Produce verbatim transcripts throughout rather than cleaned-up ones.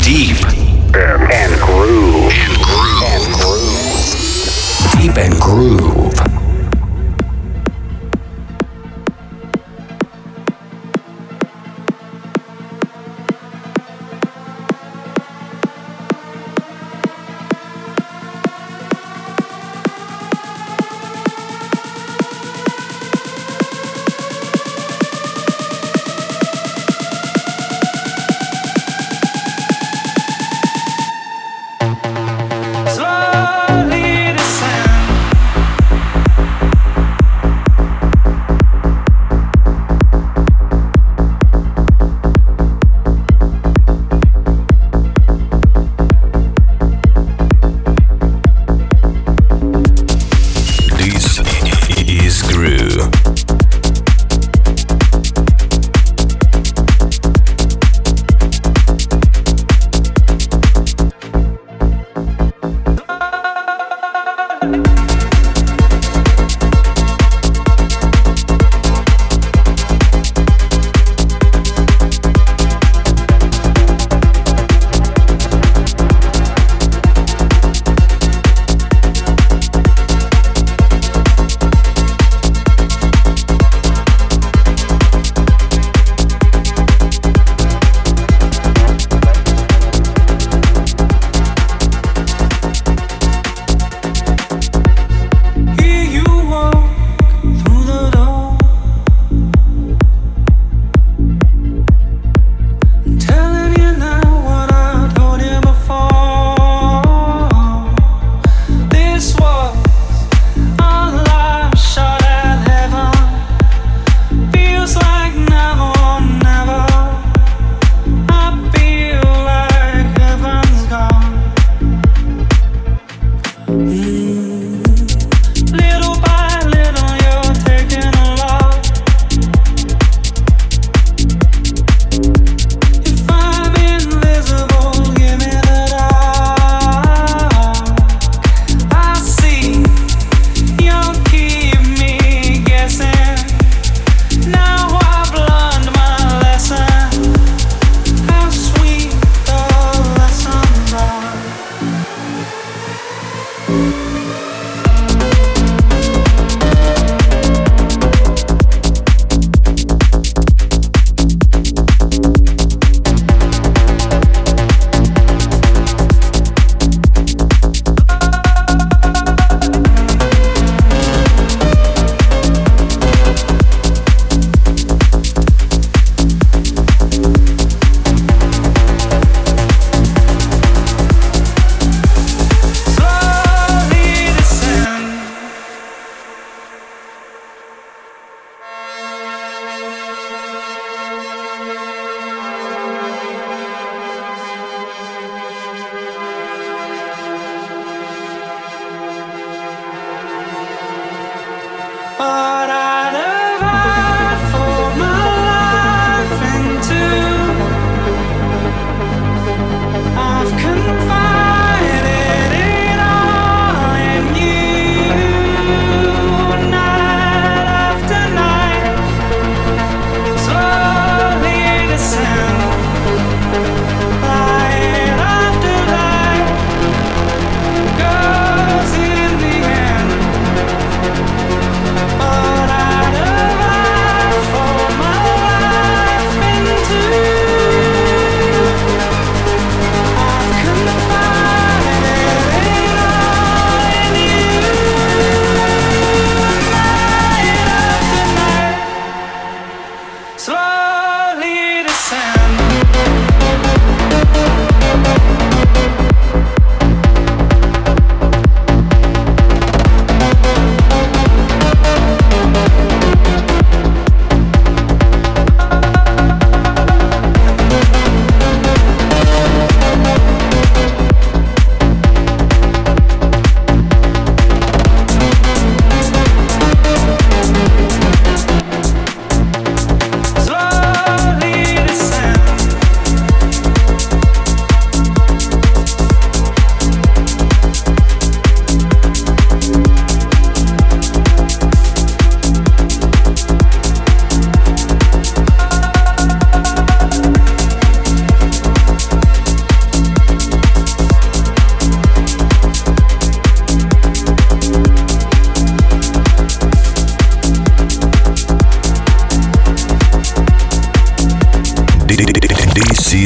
Deep and, and groove. And groove. And groove. Deep and groove. Slowly descend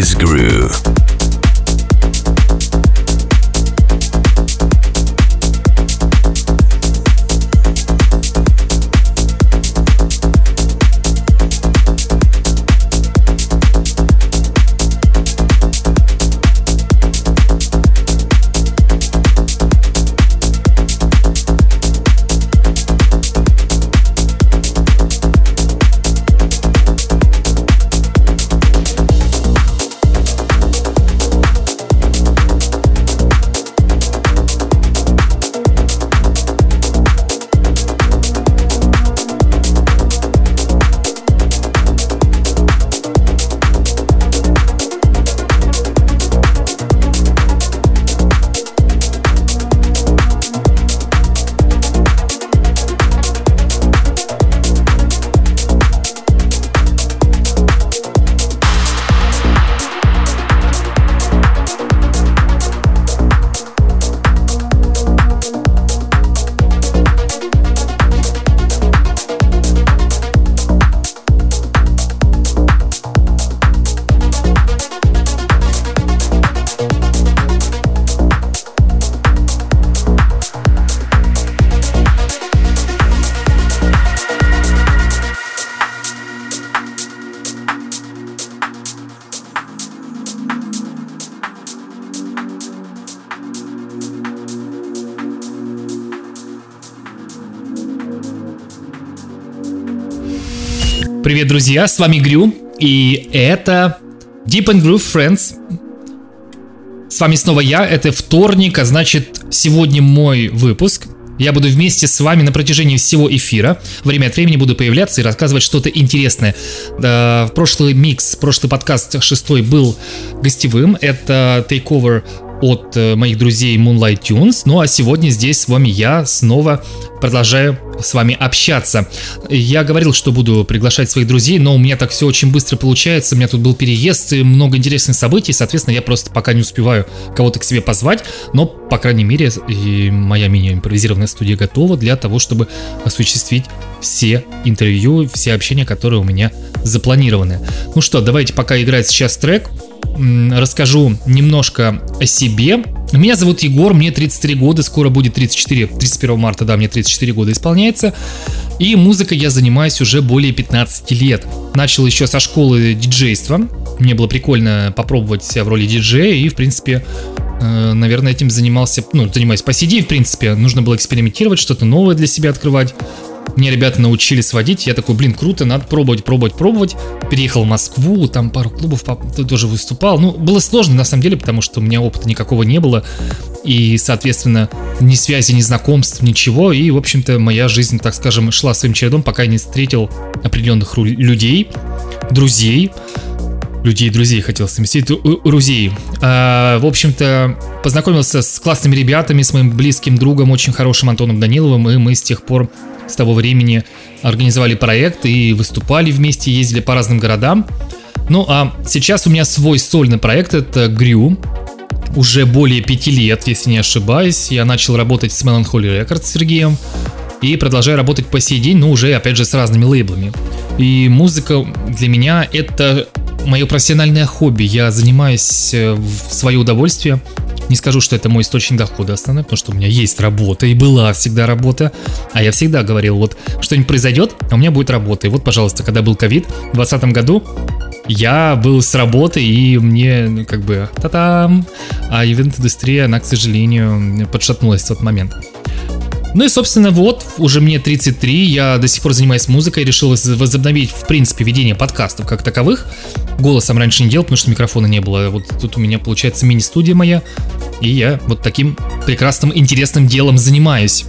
is Groove. Привет, друзья, с вами Грю, и это Deep and Groove Friends. С вами снова я, это вторник, а значит, сегодня мой выпуск. Я буду вместе с вами на протяжении всего эфира. Время от времени буду появляться и рассказывать что-то интересное. В прошлый микс, прошлый подкаст шестой был гостевым. Это Takeover от моих друзей Moonlight Tunes. Ну а сегодня здесь с вами я снова продолжаю с вами общаться. Я говорил, что буду приглашать своих друзей, но у меня так все очень быстро получается. У меня тут был переезд и много интересных событий. Соответственно, я просто пока не успеваю кого-то к себе позвать. Но, по крайней мере, и моя мини-импровизированная студия готова для того, чтобы осуществить все интервью, все общения, которые у меня запланированы. Ну что, давайте пока играть сейчас трек. Расскажу немножко о себе. Меня зовут Егор, мне тридцать три года, скоро будет тридцать четыре, тридцать первого марта, да, мне тридцать четыре года исполняется. И музыкой я занимаюсь уже более пятнадцати лет. Начал еще со школы диджейства. Мне было прикольно попробовать себя в роли диджея. И, в принципе, э, наверное, этим занимался, ну, занимаюсь по си ди, в принципе. Нужно было экспериментировать, что-то новое для себя открывать. Мне ребята научили сводить, я такой, блин, круто, надо пробовать, пробовать, пробовать. Переехал в Москву, там пару клубов тоже выступал. Ну, было сложно на самом деле, потому что у меня опыта никакого не было. И, соответственно, ни связи, ни знакомств, ничего. И, в общем-то, моя жизнь, так скажем, шла своим чередом, пока я не встретил определенных ру- людей, друзей. Людей, друзей, хотел совместить, друзей. А, в общем-то, познакомился с классными ребятами, с моим близким другом, очень хорошим Антоном Даниловым, и мы с тех пор, с того времени, организовали проект и выступали вместе, ездили по разным городам. Ну, а сейчас у меня свой сольный проект, это Грю. Уже более пяти лет, если не ошибаюсь, я начал работать с Melancholy Records с Сергеем и продолжаю работать по сей день, но уже, опять же, с разными лейблами. И музыка для меня это мое профессиональное хобби. Я занимаюсь в свое удовольствие. Не скажу, что это мой источник дохода основной, потому что у меня есть работа и была всегда работа. А я всегда говорил, вот что-нибудь произойдет, а у меня будет работа. И вот, пожалуйста, когда был ковид в двадцатом году, я был с работы, и мне, ну, как бы, та-там, а ивент-индустрия, она, к сожалению, подшатнулась в тот момент. Ну и, собственно, вот, уже мне тридцать три, я до сих пор занимаюсь музыкой, решил возобновить, в принципе, ведение подкастов как таковых. Голосом раньше не делал, потому что микрофона не было. Вот тут у меня, получается, мини-студия моя, и я вот таким прекрасным, интересным делом занимаюсь.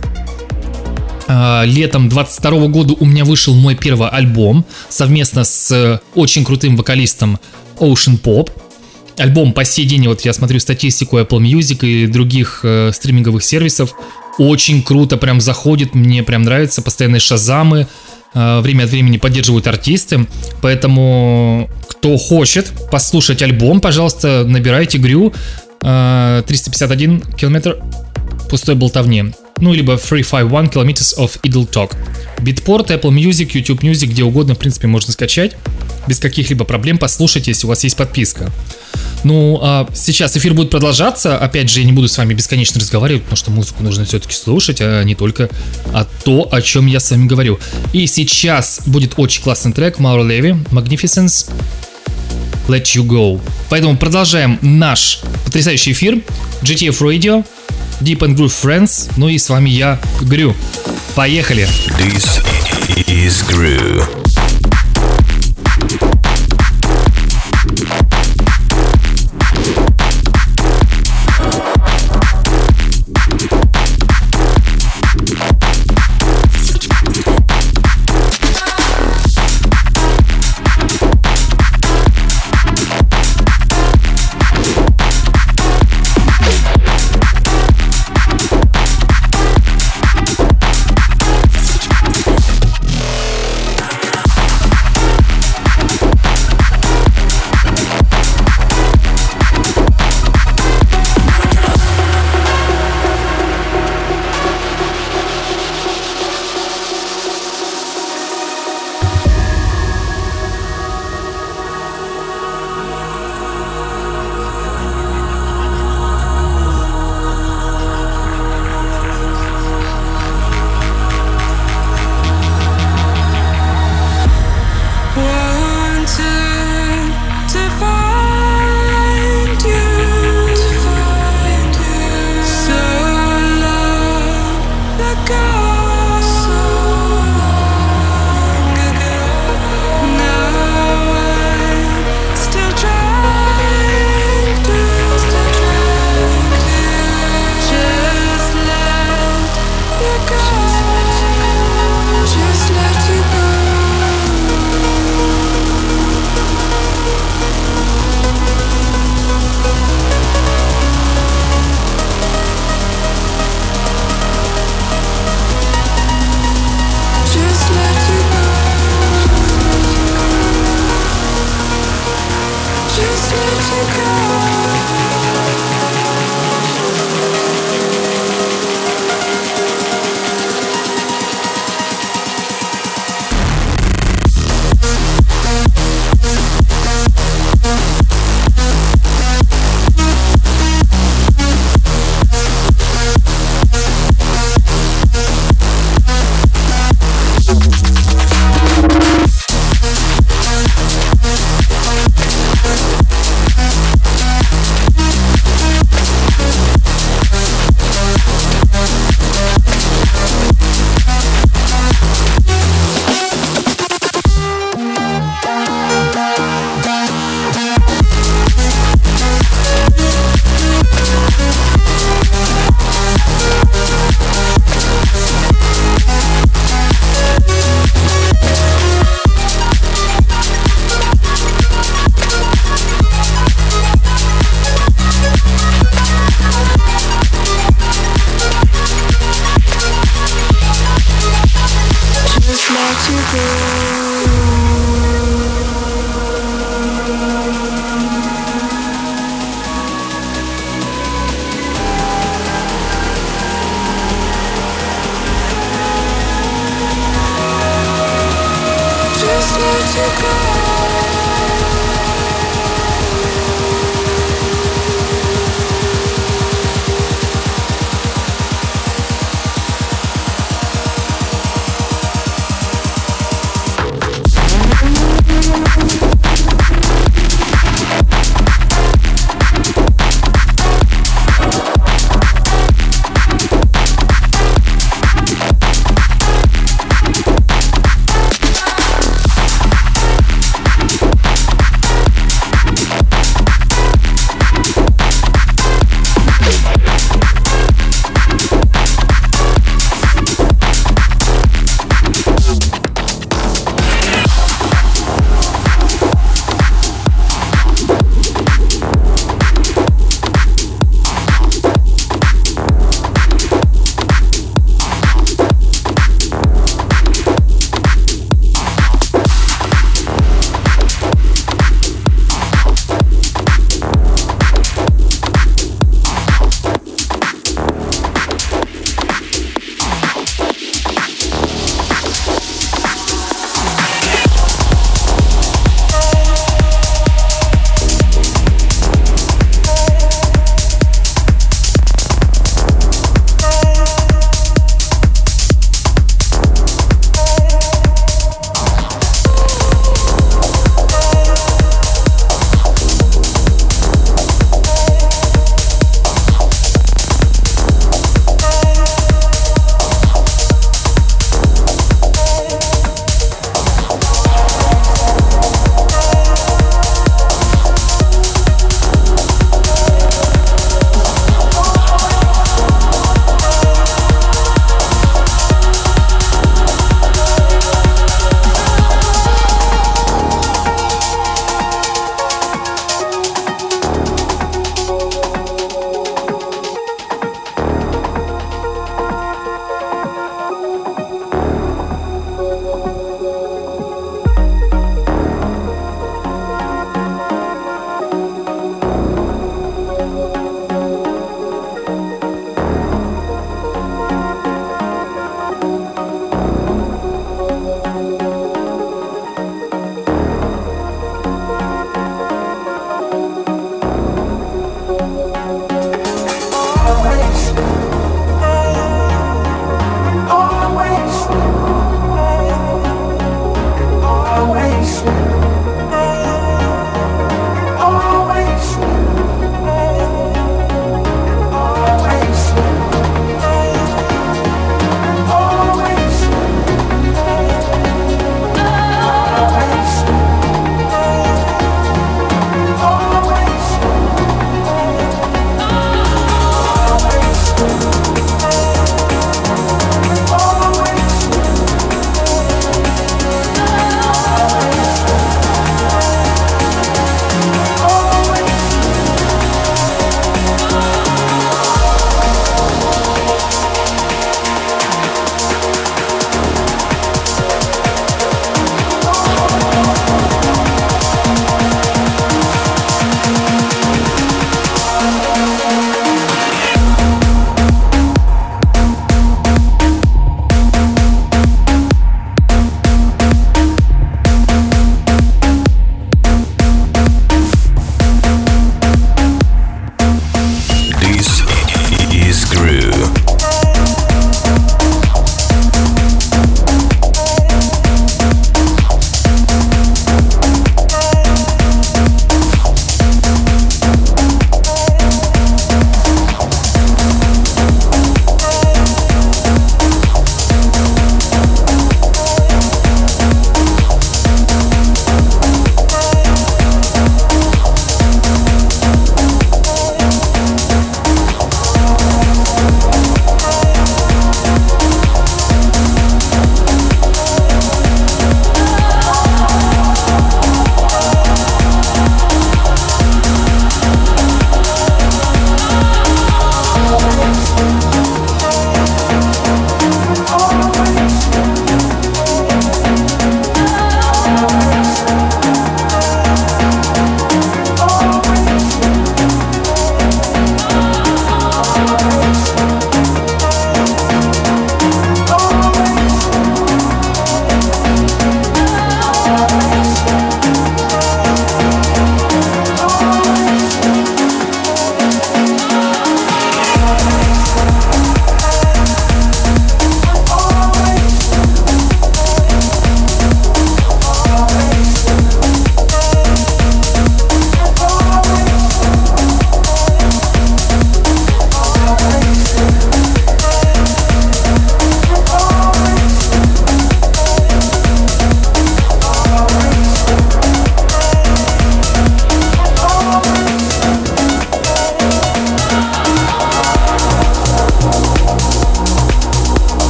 Летом двадцать второго года у меня вышел мой первый альбом совместно с очень крутым вокалистом Ocean Pop. Альбом по сей день, вот я смотрю статистику Apple Music и других э, стриминговых сервисов, очень круто прям заходит, мне прям нравится, постоянные шазамы, э, время от времени поддерживают артисты, поэтому кто хочет послушать альбом, пожалуйста, набирайте Грю, э, триста пятьдесят один километр пустой болтовни, ну либо триста пятьдесят один kilometers of idle talk. Beatport, Apple Music, YouTube Music, где угодно, в принципе, можно скачать без каких-либо проблем, послушать, если у вас есть подписка. Ну, а сейчас эфир будет продолжаться. Опять же, я не буду с вами бесконечно разговаривать, потому что музыку нужно все-таки слушать, а не только а то, о чем я с вами говорю. И сейчас будет очень классный трек Маура Леви, Magnificence, Let You Go. Поэтому продолжаем наш потрясающий эфир. джи ти эф Radio, Deep and Groove Friends. Ну и с вами я, Грю. Поехали! This is Gru.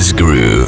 Deepens Groove.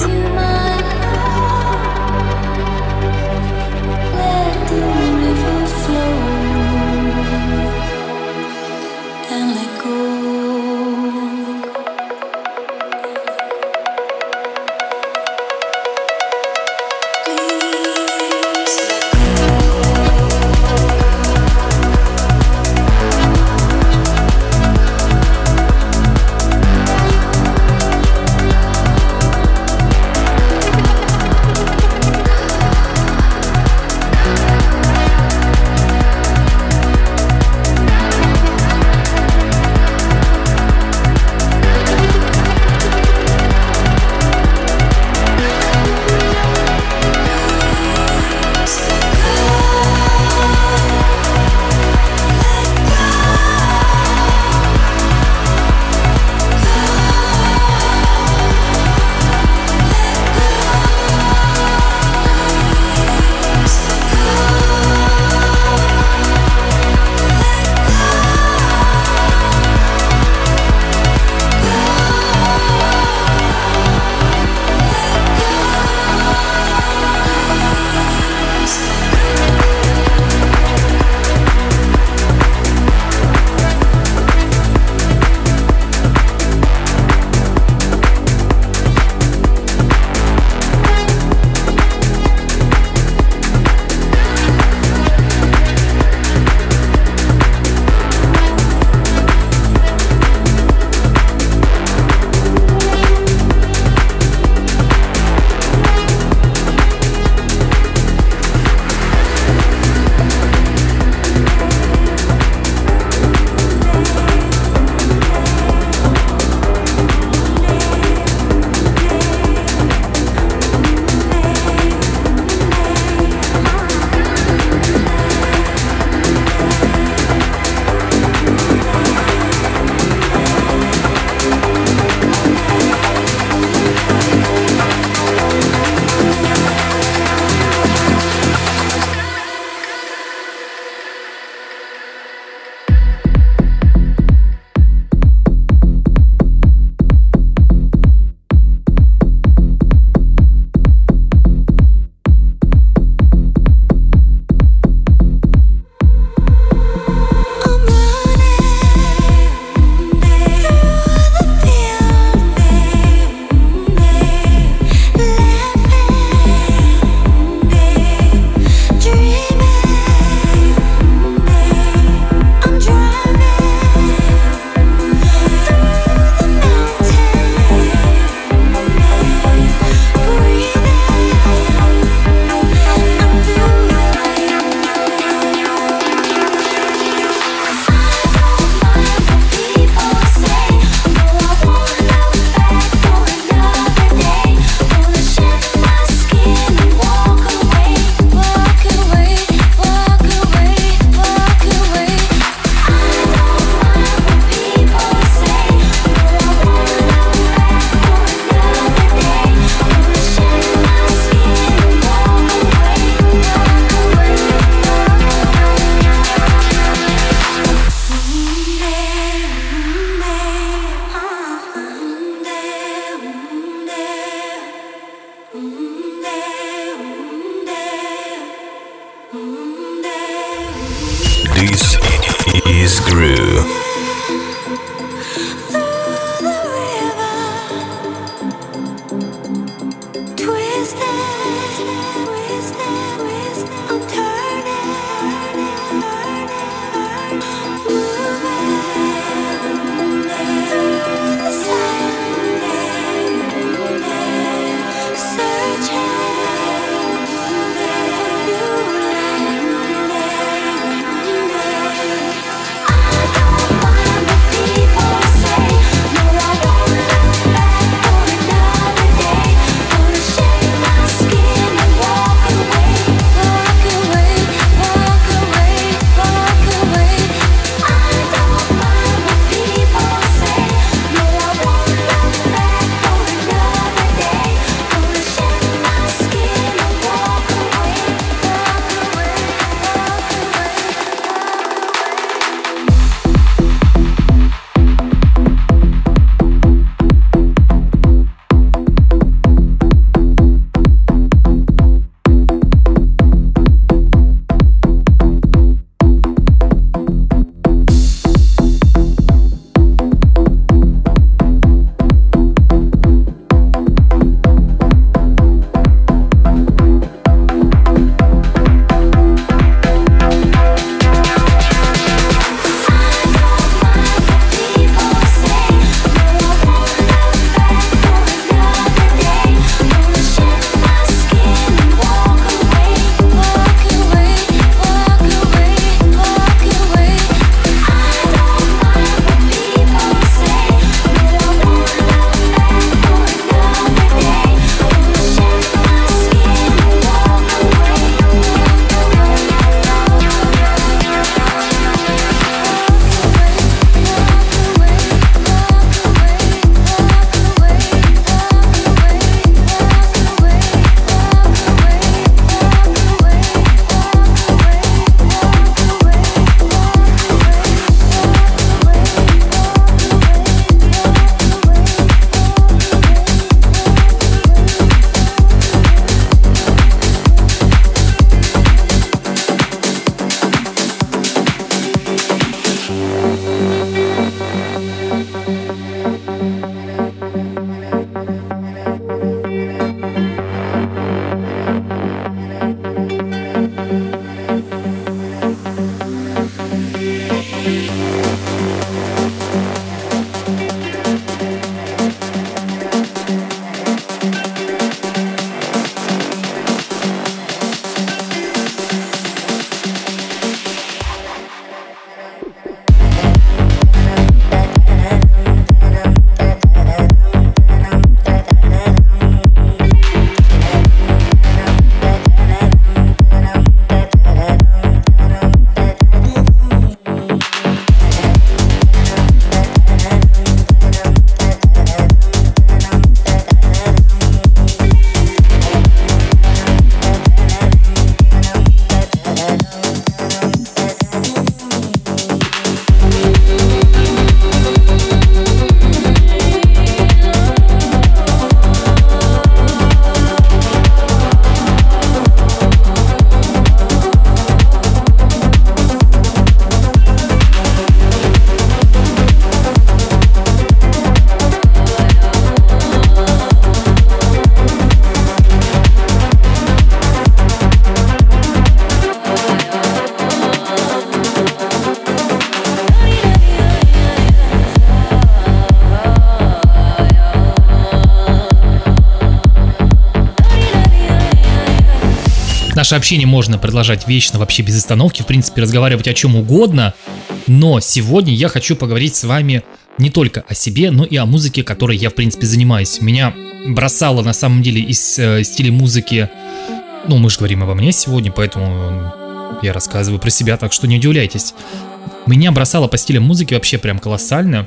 Наше общение можно продолжать вечно, вообще без остановки, в принципе, разговаривать о чем угодно. Но сегодня я хочу поговорить с вами не только о себе, но и о музыке, которой я, в принципе, занимаюсь. Меня бросало, на самом деле, из э, стиля музыки... Ну, мы же говорим обо мне сегодня, поэтому я рассказываю про себя, так что не удивляйтесь. Меня бросало по стилям музыки вообще прям колоссально.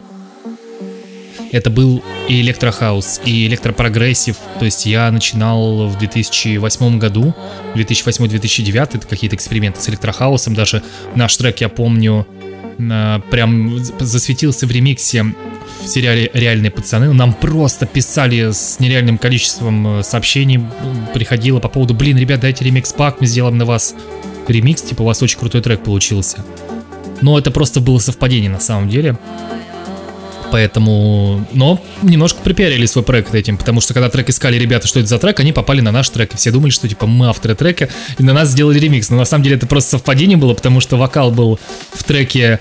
Это был и электрохаус, и электропрогрессив. То есть я начинал в две тысячи восьмом году, две тысячи восьмой - две тысячи девятый, это какие-то эксперименты с электрохаусом. Даже наш трек, я помню, прям засветился в ремиксе в сериале «Реальные пацаны». Нам просто писали с нереальным количеством сообщений. Приходило по поводу: блин, ребят, дайте ремикс-пак, мы сделаем на вас ремикс, типа у вас очень крутой трек получился. Но это просто было совпадение на самом деле. Поэтому, но немножко припиарили свой проект этим, потому что когда трек искали ребята, что это за трек, они попали на наш трек, и все думали, что типа мы авторы трека, и на нас сделали ремикс. Но на самом деле это просто совпадение было, потому что вокал был в треке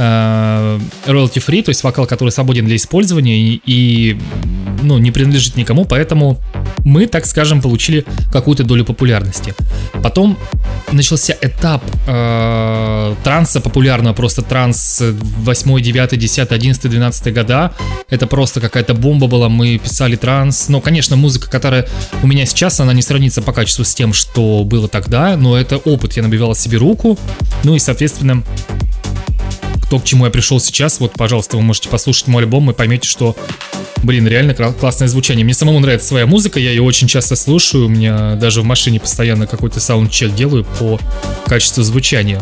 э, royalty free, то есть вокал, который свободен для использования и, и ну, не принадлежит никому, поэтому мы, так скажем, получили какую-то долю популярности. Потом начался этап э, транса популярного, просто транс восьмой, девятый, десятый, одиннадцатый, двенадцатый года. Это просто какая-то бомба была, мы писали транс. Но, конечно, музыка, которая у меня сейчас, она не сравнится по качеству с тем, что было тогда, но это опыт, я набивал себе руку. Ну и, соответственно, то, к чему я пришел сейчас, вот, пожалуйста, вы можете послушать мой альбом и поймете, что, блин, реально классное звучание. Мне самому нравится своя музыка, я ее очень часто слушаю, у меня даже в машине постоянно какой-то саундчек делаю по качеству звучания.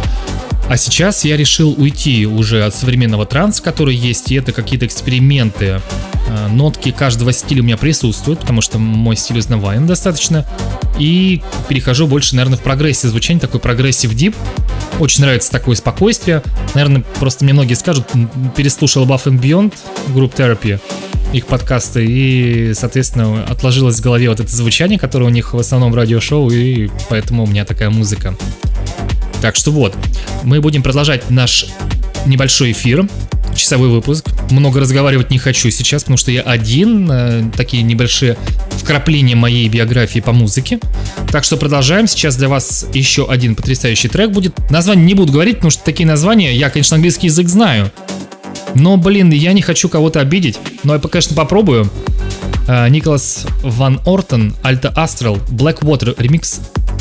А сейчас я решил уйти уже от современного транса, который есть, и это какие-то эксперименты. Нотки каждого стиля у меня присутствуют, потому что мой стиль узнаваем достаточно. И перехожу больше, наверное, в прогрессив звучание, такой прогрессив дип. Очень нравится такое спокойствие. Наверное, просто мне многие скажут, переслушал Above and Beyond, Group Therapy, их подкасты, и, соответственно, отложилось в голове вот это звучание, которое у них в основном в радиошоу, и поэтому у меня такая музыка. Так что вот, мы будем продолжать наш небольшой эфир, часовой выпуск. Много разговаривать не хочу сейчас, потому что я один, э, такие небольшие вкрапления моей биографии по музыке. Так что продолжаем. Сейчас для вас еще один потрясающий трек будет. Название не буду говорить, потому что такие названия, я, конечно, английский язык знаю, но, блин, я не хочу кого-то обидеть. Но я, конечно, попробую. э, Николас Ван Ортон, Alto Astral, Blackwater, ремикс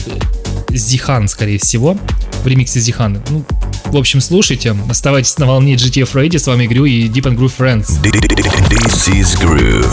Зихан, скорее всего. В ремиксе Зихан. Ну, в общем, слушайте. Оставайтесь на волне джи ти эф Radio. С вами Грю и Deep and Groove Friends. This is Groove.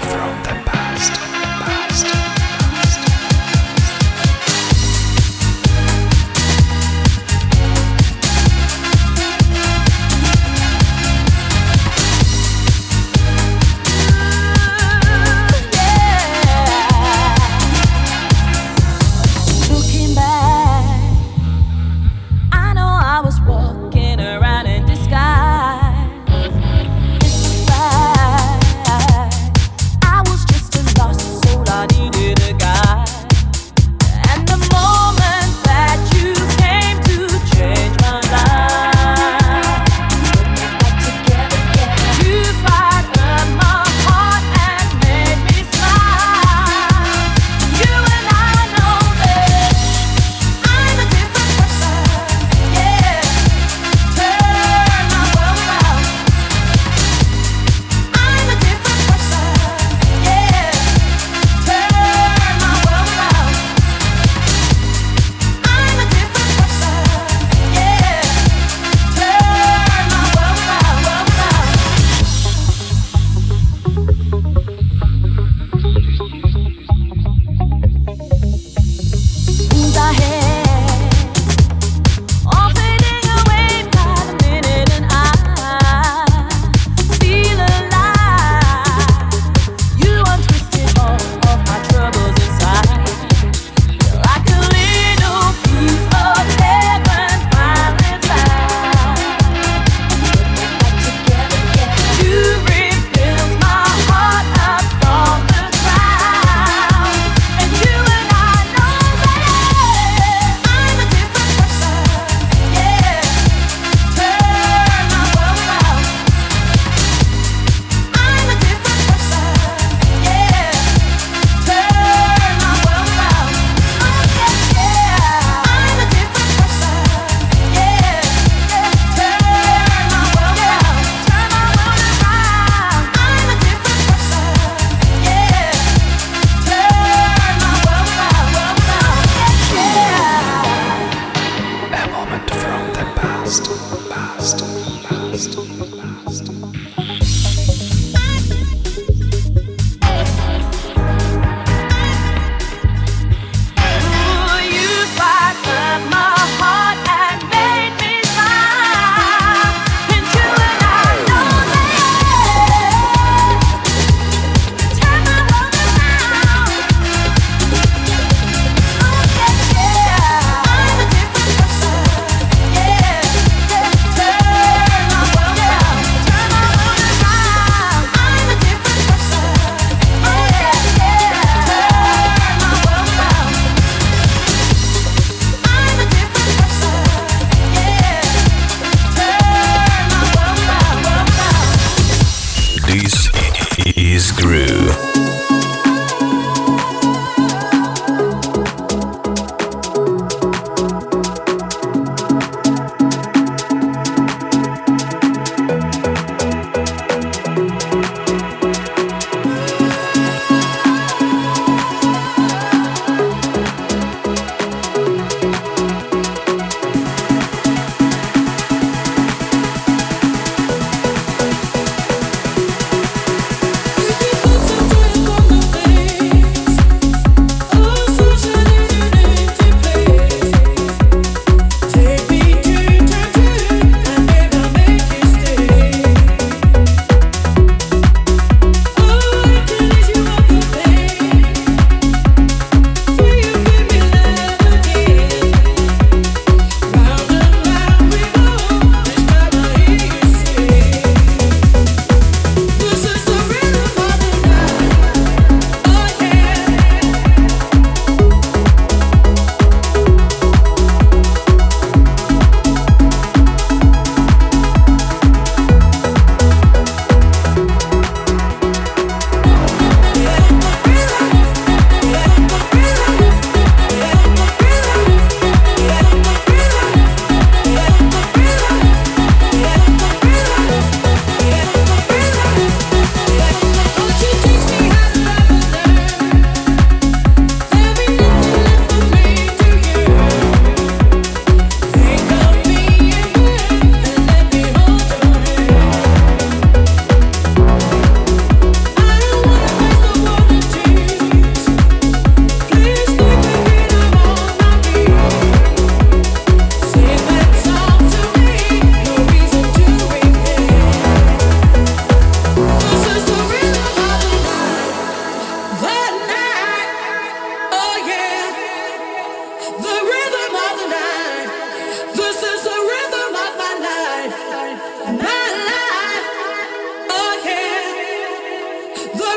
Lost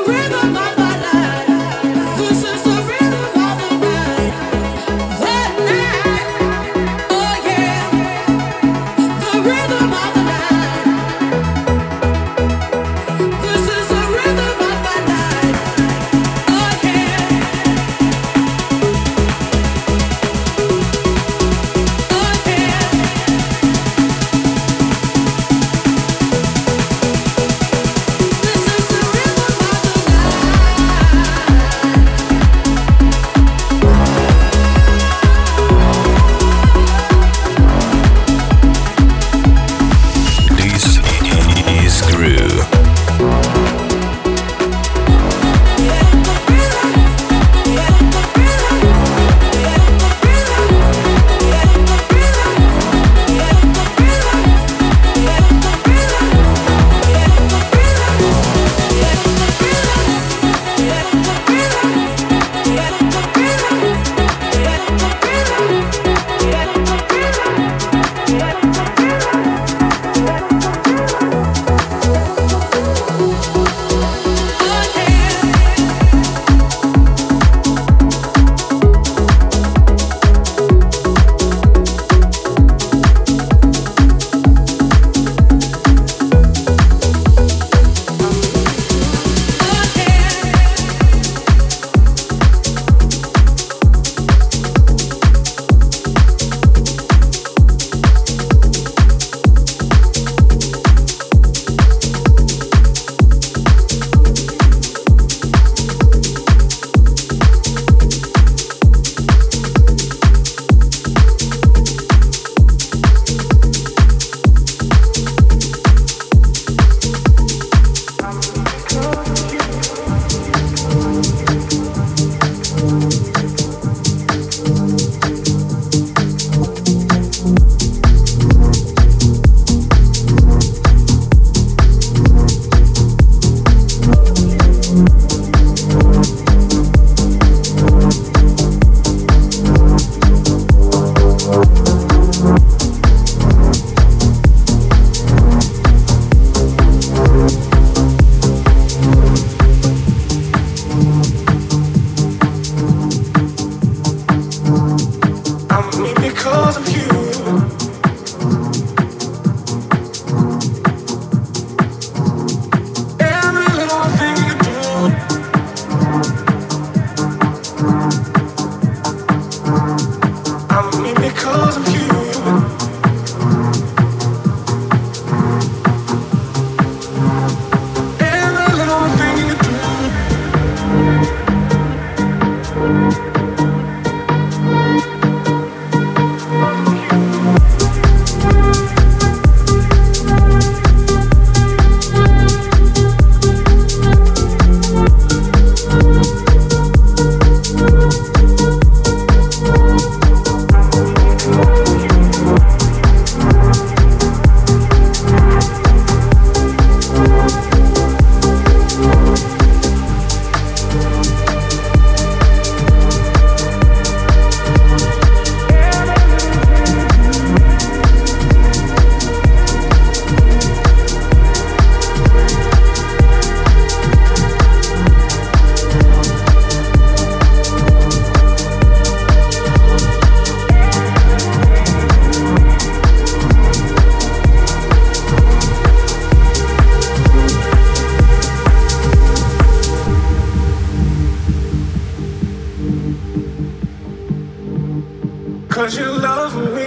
'Cause you love me.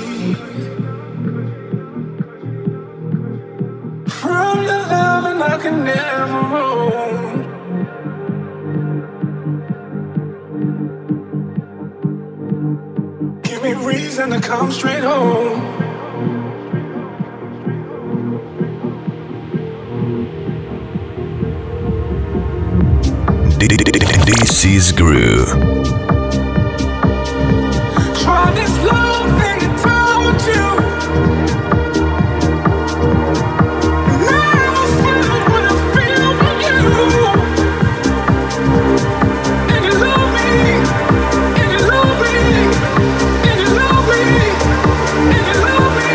From your love and I can never roam. Give me reason to come straight home. This is Groove. Try this love thing I told you. Now I feel what I feel for you. And you love me, and you love me, and you love me, and you love me.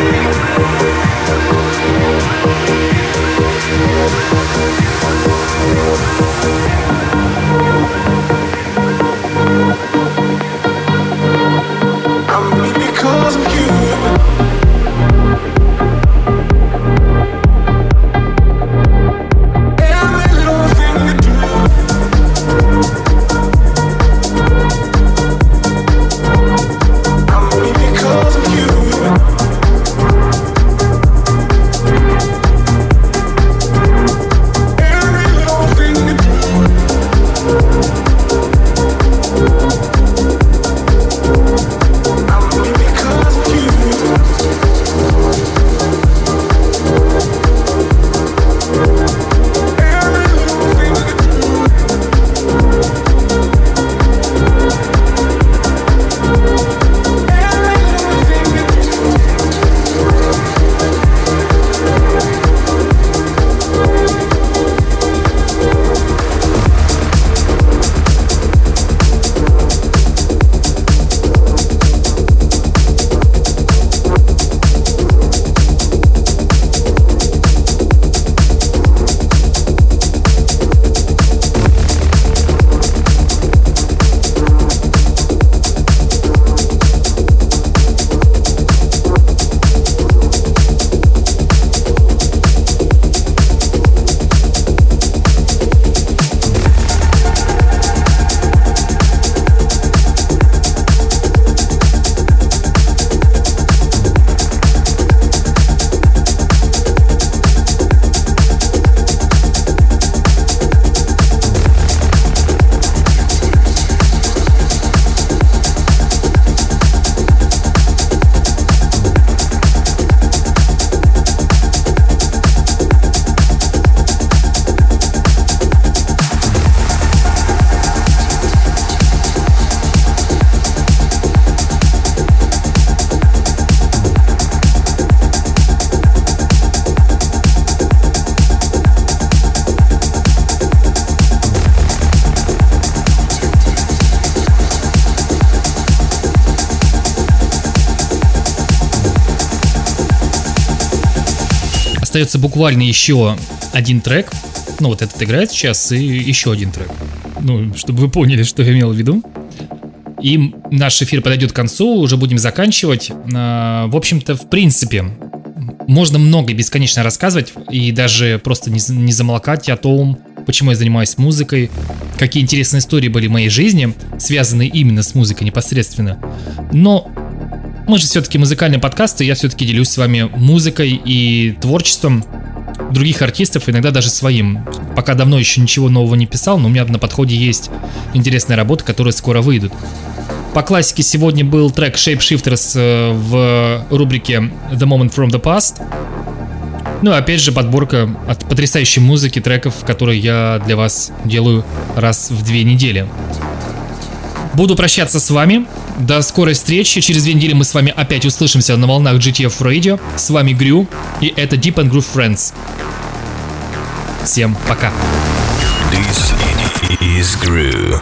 Остается буквально еще один трек. Ну, вот этот играет сейчас, и еще один трек. Ну, чтобы вы поняли, что я имел в виду. И наш эфир подойдет к концу, уже будем заканчивать. В общем-то, в принципе, можно много бесконечно рассказывать и даже просто не, не замолкать о том, почему я занимаюсь музыкой, какие интересные истории были в моей жизни, связанные именно с музыкой непосредственно. Но мы же все-таки музыкальный подкаст, и я все-таки делюсь с вами музыкой и творчеством других артистов, иногда даже своим. Пока давно еще ничего нового не писал, но у меня на подходе есть интересные работы, которые скоро выйдут. По классике сегодня был трек Shapeshifters в рубрике The Moment from the Past. Ну и опять же подборка от потрясающей музыки, треков, которые я для вас делаю раз в две недели. Буду прощаться с вами. До скорой встречи. Через две недели мы с вами опять услышимся на волнах джи ти эф Radio. С вами Грю, и это Deep and Groove Friends. Всем пока. This is Gru.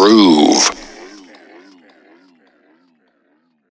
Groove.